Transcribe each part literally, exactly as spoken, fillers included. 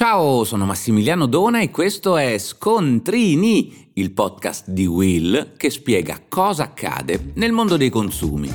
Ciao, sono Massimiliano Dona e questo è Scontrini, il podcast di Will che spiega cosa accade nel mondo dei consumi.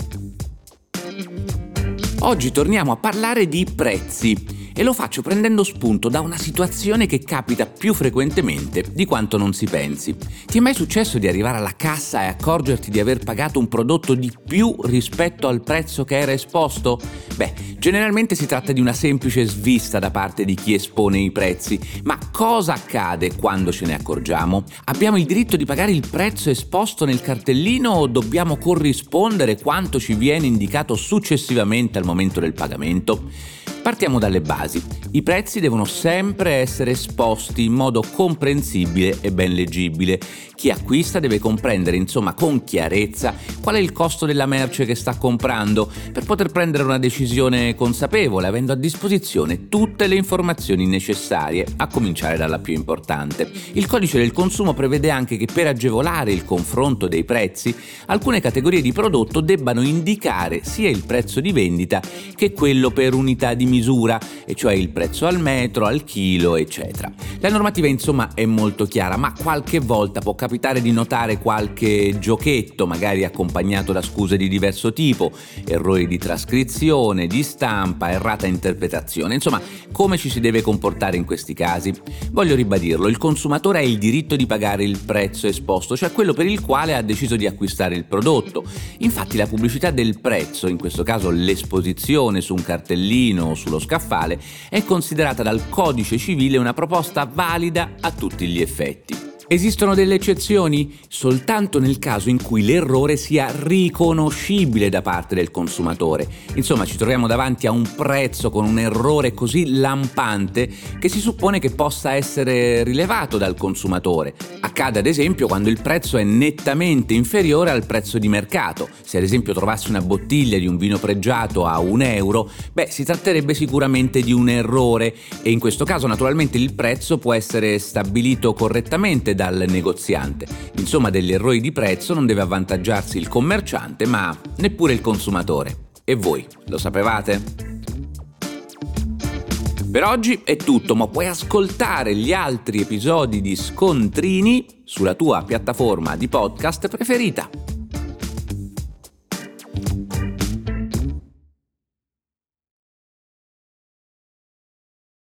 Oggi torniamo a parlare di prezzi e lo faccio prendendo spunto da una situazione che capita più frequentemente di quanto non si pensi. Ti è mai successo di arrivare alla cassa e accorgerti di aver pagato un prodotto di più rispetto al prezzo che era esposto? Beh, generalmente si tratta di una semplice svista da parte di chi espone i prezzi, ma cosa accade quando ce ne accorgiamo? Abbiamo il diritto di pagare il prezzo esposto nel cartellino o dobbiamo corrispondere quanto ci viene indicato successivamente al momento del pagamento? Partiamo dalle basi. I prezzi devono sempre essere esposti in modo comprensibile e ben leggibile. Chi acquista deve comprendere, insomma, con chiarezza qual è il costo della merce che sta comprando per poter prendere una decisione consapevole, avendo a disposizione tutte le informazioni necessarie, a cominciare dalla più importante. Il codice del consumo prevede anche che per agevolare il confronto dei prezzi, alcune categorie di prodotto debbano indicare sia il prezzo di vendita che quello per unità di misura, e cioè il prezzo al metro, al chilo, eccetera. La normativa insomma è molto chiara, ma qualche volta può capitare di notare qualche giochetto, magari accompagnato da scuse di diverso tipo, errori di trascrizione, di stampa, errata interpretazione. Insomma, come ci si deve comportare in questi casi? Voglio ribadirlo, il consumatore ha il diritto di pagare il prezzo esposto, cioè quello per il quale ha deciso di acquistare il prodotto. Infatti la pubblicità del prezzo, in questo caso l'esposizione su un cartellino o sullo scaffale, è considerata dal codice civile una proposta valida a tutti gli effetti. Esistono delle eccezioni? Soltanto nel caso in cui l'errore sia riconoscibile da parte del consumatore. Insomma, ci troviamo davanti a un prezzo con un errore così lampante che si suppone che possa essere rilevato dal consumatore. Accade ad esempio quando il prezzo è nettamente inferiore al prezzo di mercato. Se ad esempio trovassi una bottiglia di un vino pregiato a un euro, beh, si tratterebbe sicuramente di un errore e in questo caso naturalmente il prezzo può essere stabilito correttamente dal negoziante. Insomma, degli errori di prezzo non deve avvantaggiarsi il commerciante, ma neppure il consumatore. E voi, lo sapevate? Per oggi è tutto, ma puoi ascoltare gli altri episodi di Scontrini sulla tua piattaforma di podcast preferita.